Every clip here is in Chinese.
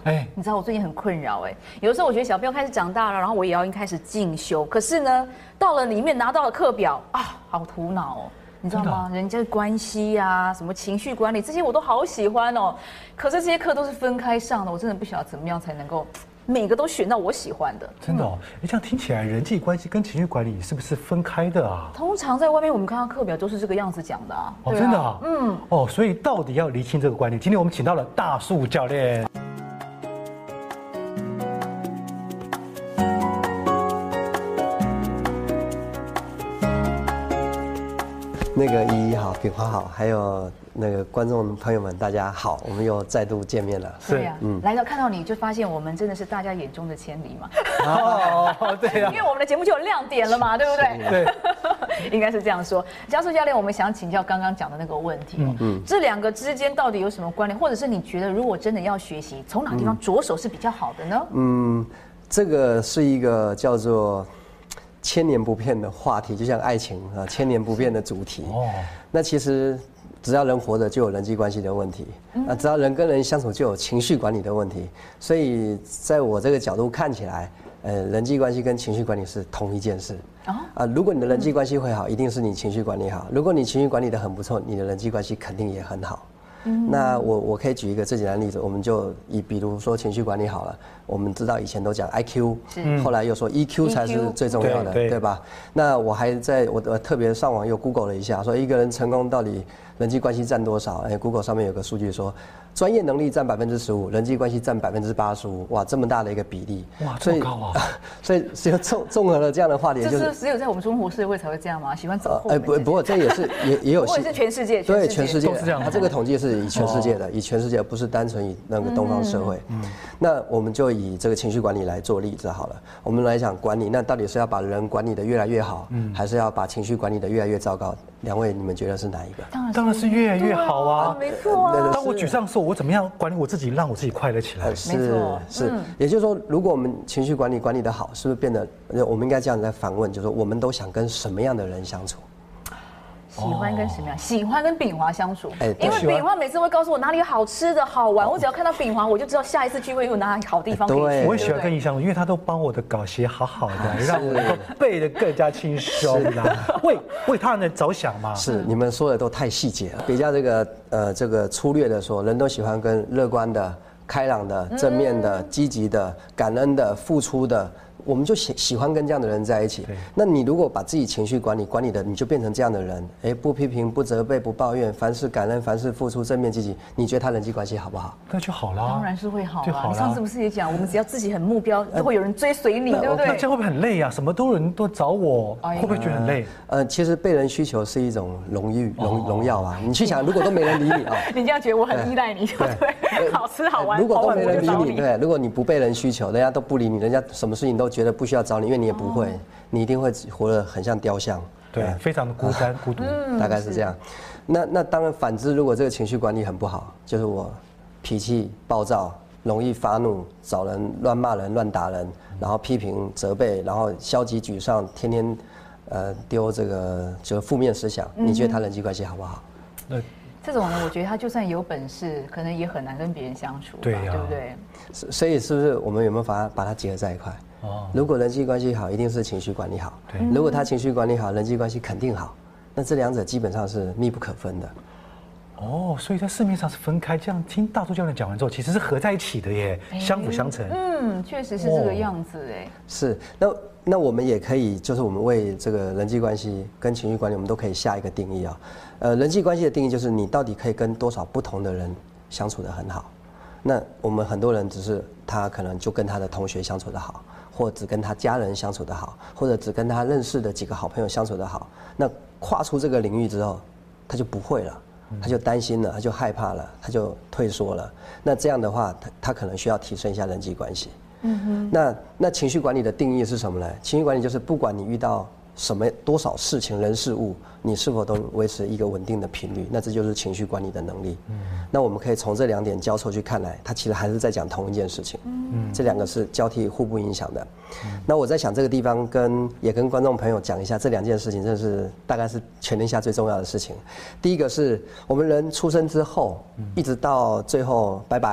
你知道我最近很困扰有的时候我觉得小朋友开始长大了，然后我也要开始进修，可是呢，到了里面拿到了课表啊，好苦恼你知道吗？人家的关系啊，什么情绪管理这些我都好喜欢可是这些课都是分开上的，我真的不晓得怎么样才能够每个都选到我喜欢的。 真的这样听起来人际关系跟情绪管理是不是分开的啊？ 通常在外面我们看到课表都是这个样子讲的啊。 真的啊？所以到底要厘清这个观念。今天我们请到了大树教练。 那个依依好，品华好，还有那个观众朋友们，大家好，我们又再度见面了。 对呀，来到看到你就发现我们真的是大家眼中的千里嘛。 对呀， 因为我们的节目就有亮点了嘛，对不对？ 对， 应该是这样说。嘉树教练，我们想请教刚刚讲的那个问题这两个之间到底有什么关联，或者是你觉得如果真的要学习，从哪地方着手是比较好的呢？ 这个是一个叫做千年不变的话题，就像爱情千年不变的主题。那其实只要人活着，就有人际关系的问题。只要人跟人相处，就有情绪管理的问题。所以在我这个角度看起来，人际关系跟情绪管理是同一件事。如果你的人际关系会好，一定是你情绪管理好。如果你情绪管理得很不错，你的人际关系肯定也很好。那我可以举一个最简单的例子，我们就比如说情绪管理好了，我们知道以前都讲 IQ， 后来又说 EQ 才是最重要的，对吧？那我特别上网又 Google 了一下，说一个人成功到底人际关系占多少？Google 上面有个数据说，专业能力占15%，人际关系占85%，哇，这么大的一个比例， 哇，这么高啊！ 所以只有综合了这样的话题， 就是只有在我们中国社会才会这样吗？喜欢走后门？ 不过这也是也有， 不过也是全世界， 对，全世界都是这样。 它这个统计是以全世界的，以全世界不是单纯以那个东方社会。那我们就以这个情绪管理来做例子好了。我们来讲管理，那到底是要把人管理的越来越好，还是要把情绪管理的越来越糟糕？两位，你们觉得是哪一个？ 当然是越来越好啊！ 没错啊。 当我沮丧的时候，我怎么样管理我自己，让我自己快乐起来？ 是。也就是说，如果我们情绪管理得好，是不是变得？我们应该这样来反问，就是说，我们都想跟什么样的人相处？ 喜欢跟什么样？喜欢跟秉华相处，因为秉华每次会告诉我哪里有好吃的好玩，我只要看到秉华，我就知道下一次聚会有哪里好地方可以去。 我也喜欢跟你相处，因为他都帮我的稿写好好的，让我能够背得更加轻松啦。为他人着想嘛。 是，你们说的都太细节了。比较这个粗略的说，人都喜欢跟乐观的、开朗的、正面的、积极的、感恩的、付出的。我们就喜欢跟这样的人在一起。那你如果把自己情绪管理的，你就变成这样的人，不批评、不责备、不抱怨，凡事感恩，凡事付出，正面积极，你觉得他人际关系好不好？ 那就好了。 当然是会好了。你上次不是也讲，我们只要自己很目标，就会有人追随你，对不对？ 那这样会不会很累啊？什么人都找我，会不会觉得很累？ 其实被人需求是一种荣耀啊。你去想，如果都没人理你你这样觉得我很依赖你，对，好吃好玩。 如果都没人理你，对，如果你不被人需求，人家都不理你，人家什么事情都觉得不需要找你，因为你也不会，你一定会活得很像雕像， 对，非常的孤单孤独， 大概是这样。那当然，反之，如果这个情绪管理很不好，就是我脾气暴躁，容易发怒，找人乱骂人、乱打人，然后批评、责备，然后消极沮丧，天天丢这个就负面思想，你觉得他人际关系好不好？ 这种呢，我觉得他就算有本事，可能也很难跟别人相处，对不对？ 所以是不是我们有没有把它结合在一块？如果人际关系好，一定是情绪管理好。如果他情绪管理好，人际关系肯定好。那这两者基本上是密不可分的。 所以在市面上是分开。这样听大树教练讲完之后，其实是合在一起的耶，相辅相成。 确实是这个样子哎。 是，那我们也可以，就是我们为这个人际关系跟情绪管理，我们都可以下一个定义啊。人际关系的定义就是你到底可以跟多少不同的人相处得很好。那我们很多人只是他可能就跟他的同学相处得好，或只跟他家人相处得好，或者只跟他认识的几个好朋友相处得好。那跨出这个领域之后，他就不会了，他就担心了，他就害怕了，他就退缩了。那这样的话，他可能需要提升一下人际关系。那情绪管理的定义是什么呢？情绪管理就是不管你遇到多少事情、人事物，你是否都维持一个稳定的频率，那这就是情绪管理的能力。那我们可以从这两点交错去看来，它其实还是在讲同一件事情。这两个是交替互不影响的。那我在想这个地方也跟观众朋友讲一下，这两件事情真的是大概是全天下最重要的事情。第一个是我们人出生之后，一直到最后拜拜。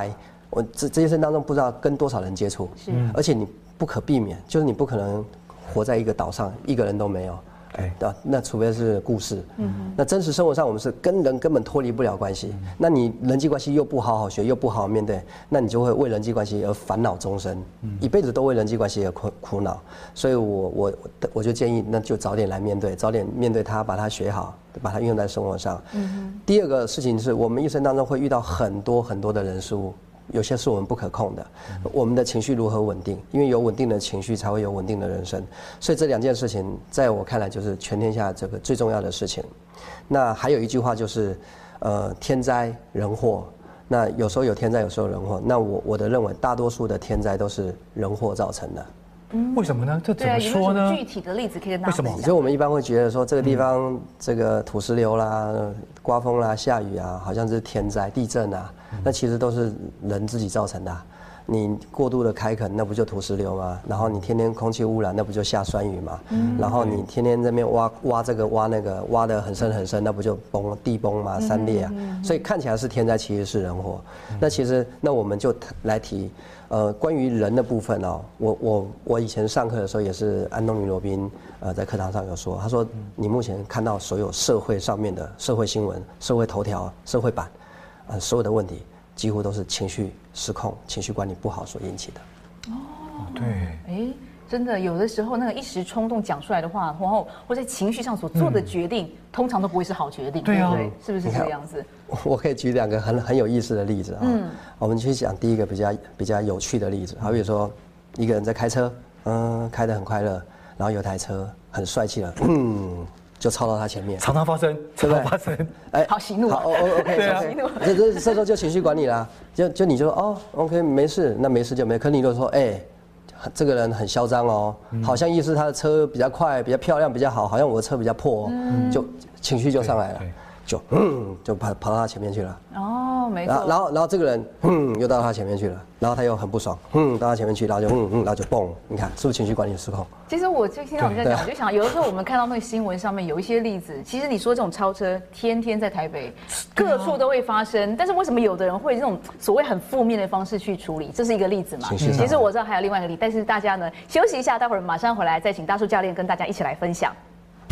我这一生当中不知道跟多少人接触，而且你不可避免，就是你不可能活在一个岛上，一个人都没有。那除非是故事，那真实生活上我们是跟人根本脱离不了关系。那你人际关系又不好好学，又不好好面对，那你就会为人际关系而烦恼终生，一辈子都为人际关系而苦恼。所以我就建议，那就早点来面对，早点面对它，把它学好，把它运用在生活上。第二个事情是我们一生当中会遇到很多很多的人事物。有些是我们不可控的，我们的情绪如何稳定？因为有稳定的情绪，才会有稳定的人生。所以这2件事情，在我看来就是全天下这个最重要的事情。那还有一句话就是，天灾人祸。那有时候有天灾，有时候有人祸。那我的认为，大多数的天灾都是人祸造成的。 为什么呢？这怎么说呢？ 有没有什么具体的例子可以跟大家分享？ 为什么？就我们一般会觉得说，这个地方这个土石流啦、刮风啦、下雨啊，好像是天灾、地震啊，那其实都是人自己造成的。你过度的开垦，那不就土石流吗？然后你天天空气污染，那不就下酸雨吗？然后你天天在那边挖这个挖那个，挖得很深很深，那不就地崩吗？山裂啊！所以看起来是天灾，其实是人祸。那其实那我们就来提。关于人的部分哦，我以前上课的时候也是安东尼罗宾在课堂上有说，他说你目前看到所有社会上面的社会新闻、社会头条、社会版，所有的问题几乎都是情绪失控、情绪管理不好所引起的。 对， 真的有的时候那个一时冲动讲出来的话，然后或在情绪上所做的决定，通常都不会是好决定，对不对？是不是这个样子？ 我可以举2个很有意思的例子啊。我们去讲第一个比较有趣的例子，好比说一个人在开车，开得很快乐，然后有台车很帅气了，就超到他前面， 常常发生，常常发生。 好喜怒， 好 OK， 这时候就情绪管理啦，就你就说OK 没事，那没事就没。可你如果说这个人很嚣张哦，好像意思他的车比较快、比较漂亮、比较好，好像我的车比较破哦，就情绪就上来了，就跑到他前面去了。 没错。 然后这个人又到他前面去了，然后他又很不爽，到他前面去，然后就然后就蹦，你看是不是情绪管理失控？ 其实我就听到你在讲，我就想有的时候我们看到那个新闻上面有一些例子，其实你说这种超车天天在台北各处都会发生，但是为什么有的人会这种所谓很负面的方式去处理？这是一个例子嘛？其实我知道还有另外一个例子，但是大家呢休息一下，待会儿马上回来再请大树教练跟大家一起来分享。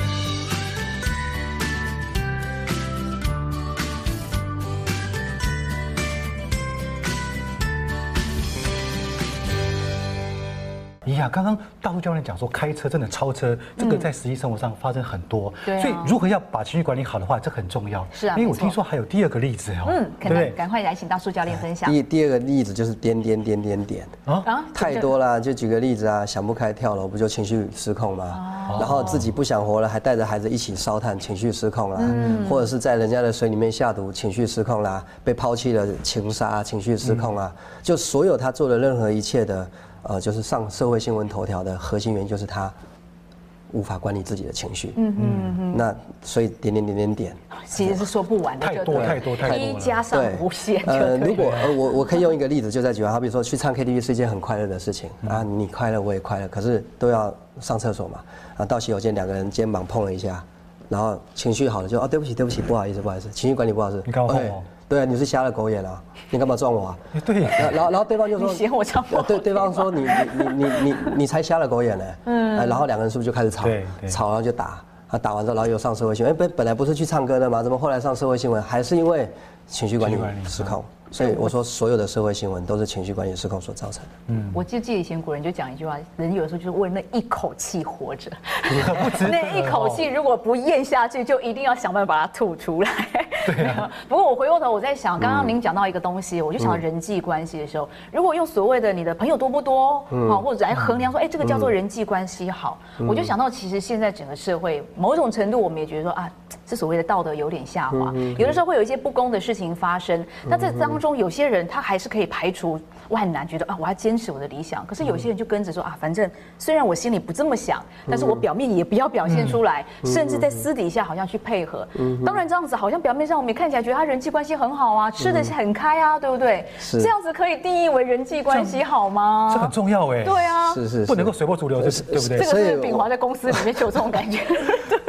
刚刚大树教练讲说，开车真的超车，这个在实际生活上发生很多。 对， 所以如何要把情绪管理好的话，这很重要。 是啊， 因为我听说还有第2个例子哦。 对，赶快来请大树教练分享。 第2个例子就是点太多了。就举个例子啊，想不开跳楼，不就情绪失控吗？然后自己不想活了，还带着孩子一起烧炭，情绪失控啦。或者是在人家的水里面下毒，情绪失控啦。被抛弃了，情杀，情绪失控啦。就所有他做的任何一切的。就是上社会新闻头条的核心原因就是他无法管理自己的情绪。那所以点， 其实是说不完的， 太多了， 一加上无限。 如果我可以用一个例子就在举例，好比说去唱 KTV 是一件很快乐的事情啊，你快乐我也快乐，可是都要上厕所嘛，到洗手间2个人肩膀碰了一下，然后情绪好了就对不起，不好意思，情绪管理不好意思， 你干嘛碰我？ 对啊，你是瞎了狗眼啊！你干嘛撞我啊？ 对。 然后对方就说：“ 你嫌我撞我。” 对方说：“你才瞎了狗眼呢。”然后2个人是不是就开始吵？吵然后就打。打完之后，然后又上社会新闻。本来不是去唱歌的吗？怎么后来上社会新闻？还是因为情绪管理失控？所以我说，所有的社会新闻都是情绪管理失控所造成的。 我就记得以前古人就讲一句话：人有的时候就是为那一口气活着，那一口气如果不咽下去，就一定要想办法把它吐出来。对啊。不过我回过头我在想，刚刚您讲到一个东西，我就想到人际关系的时候，如果用所谓的你的朋友多不多，或者来衡量说，这个叫做人际关系好，我就想到其实现在整个社会某种程度我们也觉得说是所谓的道德有点下滑，有的时候会有一些不公的事情发生，那这当中有些人他还是可以排除万难，觉得我要坚持我的理想，可是有些人就跟着说反正虽然我心里不这么想，但是我表面也不要表现出来，甚至在私底下好像去配合。当然这样子好像表面上我们也看起来觉得他人际关系很好啊，吃得很开啊，对不对？这样子可以定义为人际关系好吗？ 这很重要哎。 对啊， 是不能够随波逐流，对不对？ 这个是秉华在公司里面就有这种感觉。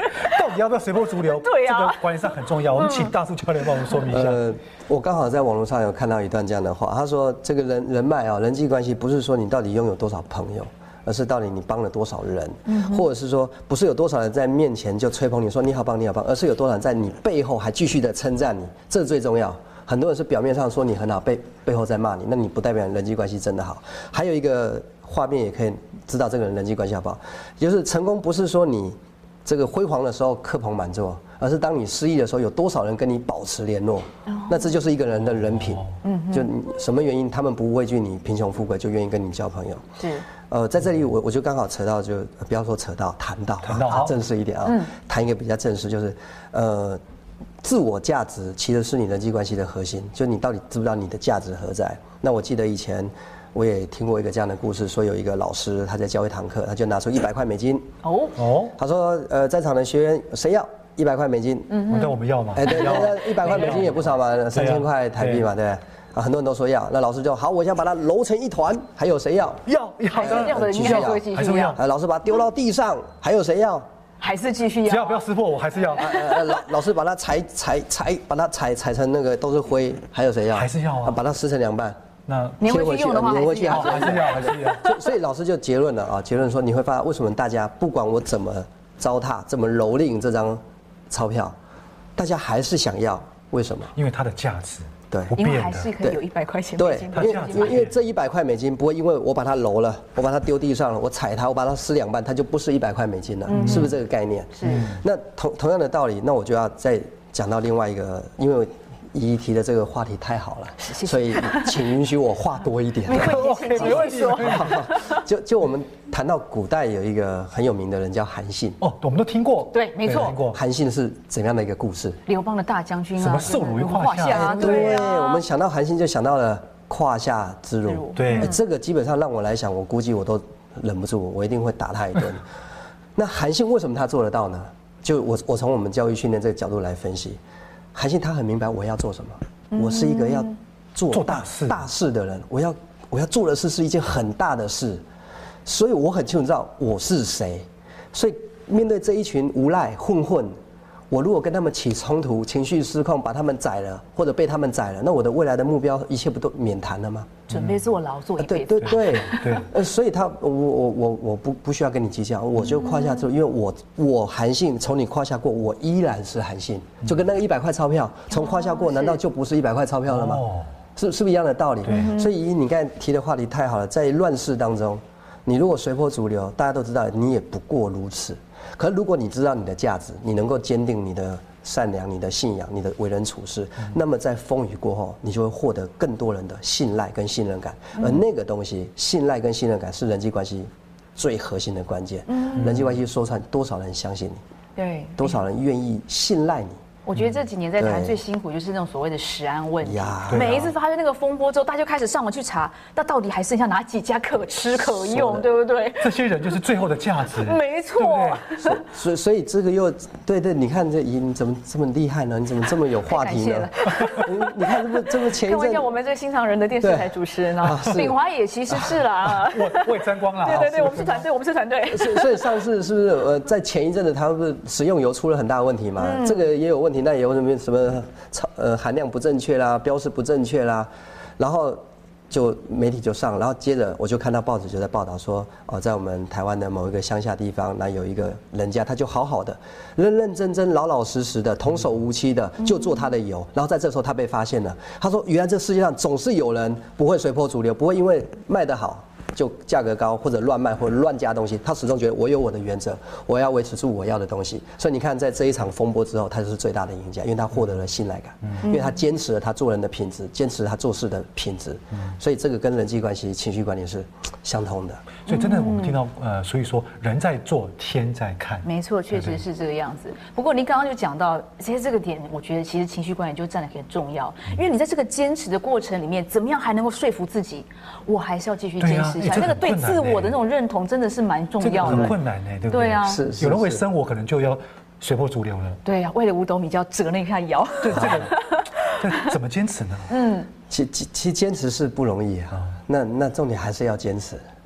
底要不要随波逐流？ 对啊这个观念上很重要。我们请大树教练帮我们说明一下。 我刚好在网络上有看到一段这样的话，他说这个人脉啊，人际关系不是说你到底拥有多少朋友，而是到底你帮了多少人，或者是说不是有多少人在面前就吹捧你说你好棒你好棒，而是有多少人在你背后还继续的称赞你，这最重要。很多人是表面上说你很好，背后在骂你，那你不代表你人际关系真的好。还有一个画面也可以知道这个人人际关系好不好，就是成功不是说你这个辉煌的时候客棚满座，而是当你失意的时候，有多少人跟你保持联络，那这就是一个人的人品。就什么原因他们不畏惧你贫穷富贵，就愿意跟你交朋友。 是。 在这里我就刚好扯到，就不要说扯到，谈到正式一点啊，谈一个比较正式，就是自我价值其实是你人际关系的核心，就你到底知不知道你的价值何在？那我记得以前我也听过一个这样的故事，说有一个老师他在教一堂课，他就拿出100块美金。他说在场的学员谁要100块美金？ 那我们要吗？ 对，100块美金也不少嘛，3000块台币嘛，对。啊，很多人都说要，那老师就好，我想把它揉成一团，还有谁要？ 要的， 继续要， 还是要。 老师把它丢到地上，还有谁要？ 还是继续要， 只要不要撕破，我还是要。 老师把它把它踩成那个都是灰，还有谁要？ 还是要啊。 把它撕成2半， 那粘回去用的话， 粘回去还是要。 所以老师就结论了啊，结论说你会发现为什么大家不管我怎么糟蹋、怎么蹂躏这张钞票，大家还是想要，为什么？ 因为它的价值。 对， 因为还是可以有100块钱美金。 对，因为这100块美金不会因为我把它揉了，我把它丢地上了，我踩它，我把它撕2半，它就不是100块美金了，是不是这个概念？ 是。 那同样的道理，那我就要再讲到另外一个，因为怡提的这个话题太好了，所以请允许我话多一点。 没问题。 就我们谈到古代有一个很有名的人叫韩信。 我们都听过。 对，没错。 韩信是怎样的一个故事？ 刘邦的大将军啊， 什么受辱于胯下？ 对，我们想到韩信就想到了胯下之辱。 对， 这个基本上让我来想，我估计我都忍不住，我一定会打他一顿。那韩信为什么他做得到呢？就我从我们教育训练这个角度来分析。韩信他很明白我要做什么，我是一个要做大事的人，我要做的事是一件很大的事，所以我很清楚知道我是谁，所以面对这一群无赖混混，我如果跟他们起冲突，情绪失控，把他们宰了，或者被他们宰了，那我的未来的目标一切不都免谈了吗？ 准备坐牢做一辈子。对。所以我不需要跟你计较，我就胯下之辱，因为我韩信从你胯下过，我依然是韩信，就跟那个100块钞票从胯下过，难道就不是100块钞票了吗？是不是一样的道理？所以你刚才提的话题太好了，在乱世当中，你如果随波逐流，大家都知道你也不过如此。可是如果你知道你的价值，你能够坚定你的善良、你的信仰、你的为人处事，那么在风雨过后，你就会获得更多人的信赖跟信任感。而那个东西，信赖跟信任感是人际关系最核心的关键。人际关系说穿，多少人相信你， 对， 多少人愿意信赖你。 我觉得这几年在谈最辛苦就是那种所谓的食安问题。每一次发生那个风波之后，大家就开始上网去查，那到底还剩下哪几家可吃可用，对不对？ 这些人就是最后的价值。 没错。 所以这个又对，你看这怡你怎么这么厉害呢？你怎么这么有话题呢？你看这么前一阵， 开玩笑，我们这个新常人的电视台主持人啊，秉华也其实是啦， 我也沾光了。 对，我们是团队， 所以上次是不是在前一阵子他们不是食用油出了很大的问题嘛？这个也有问题。那也有什么含量不正确啦，标示不正确啦，然后就媒体就上，然后接着我就看到报纸就在报道说，在我们台湾的某一个乡下地方，那有一个人家他就好好的、认认真真、老老实实的、童叟无欺的就做他的油，然后在这时候他被发现了，他说原来这世界上总是有人不会随波逐流，不会因为卖得好就价格高或者乱卖或者乱加东西，他始终觉得我有我的原则，我要维持住我要的东西。所以你看，在这一场风波之后，他就是最大的赢家，因为他获得了信赖感，因为他坚持了他做人的品质，坚持他做事的品质。所以这个跟人际关系、情绪管理是相通的。 所以真的，我们听到所以说人在做，天在看。 没错，确实是这个样子。不过您刚刚就讲到，其实这个点，我觉得其实情绪管理就占得很重要，因为你在这个坚持的过程里面，怎么样还能够说服自己，我还是要继续坚持下去。那个对自我的那种认同真的是蛮重要的。 很困难对不对？ 对啊， 是有人为生活可能就要随波逐流了。 对啊，为了5斗米就要折那片腰。 对这怎么坚持呢？ 其实坚持是不容易啊。那重点还是要坚持。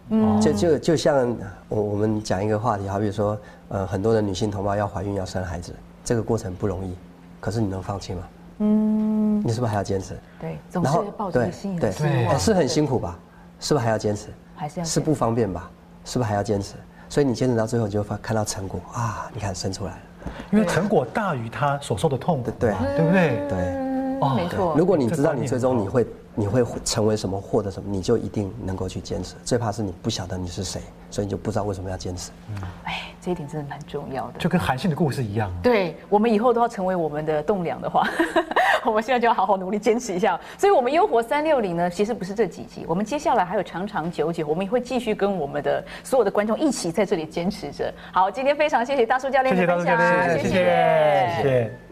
就像我们讲一个话题，好比说，很多的女性同胞要怀孕要生孩子，这个过程不容易，可是你能放弃吗？你是不是还要坚持？ 对，总是抱着心对，是很辛苦吧？是不是还要坚持？ 还是要是不方便吧？是不是还要坚持？所以你坚持到最后，你就会看到成果啊！你看生出来了， 因为成果大于他所受的痛苦， 对不对？ 对， 没错。 如果你知道你最终你会成为什么，获得什么，你就一定能够去坚持。最怕是你不晓得你是谁，所以你就不知道为什么要坚持。 这一点真的蛮重要的， 就跟韩信的故事一样。 对，我们以后都要成为我们的栋梁的话，我们现在就要好好努力坚持一下。所以，我们优活360呢，其实不是这几集，我们接下来还有长长久久，我们也会继续跟我们的所有的观众一起在这里坚持着。好，今天非常谢谢大叔教练的分享， 谢谢。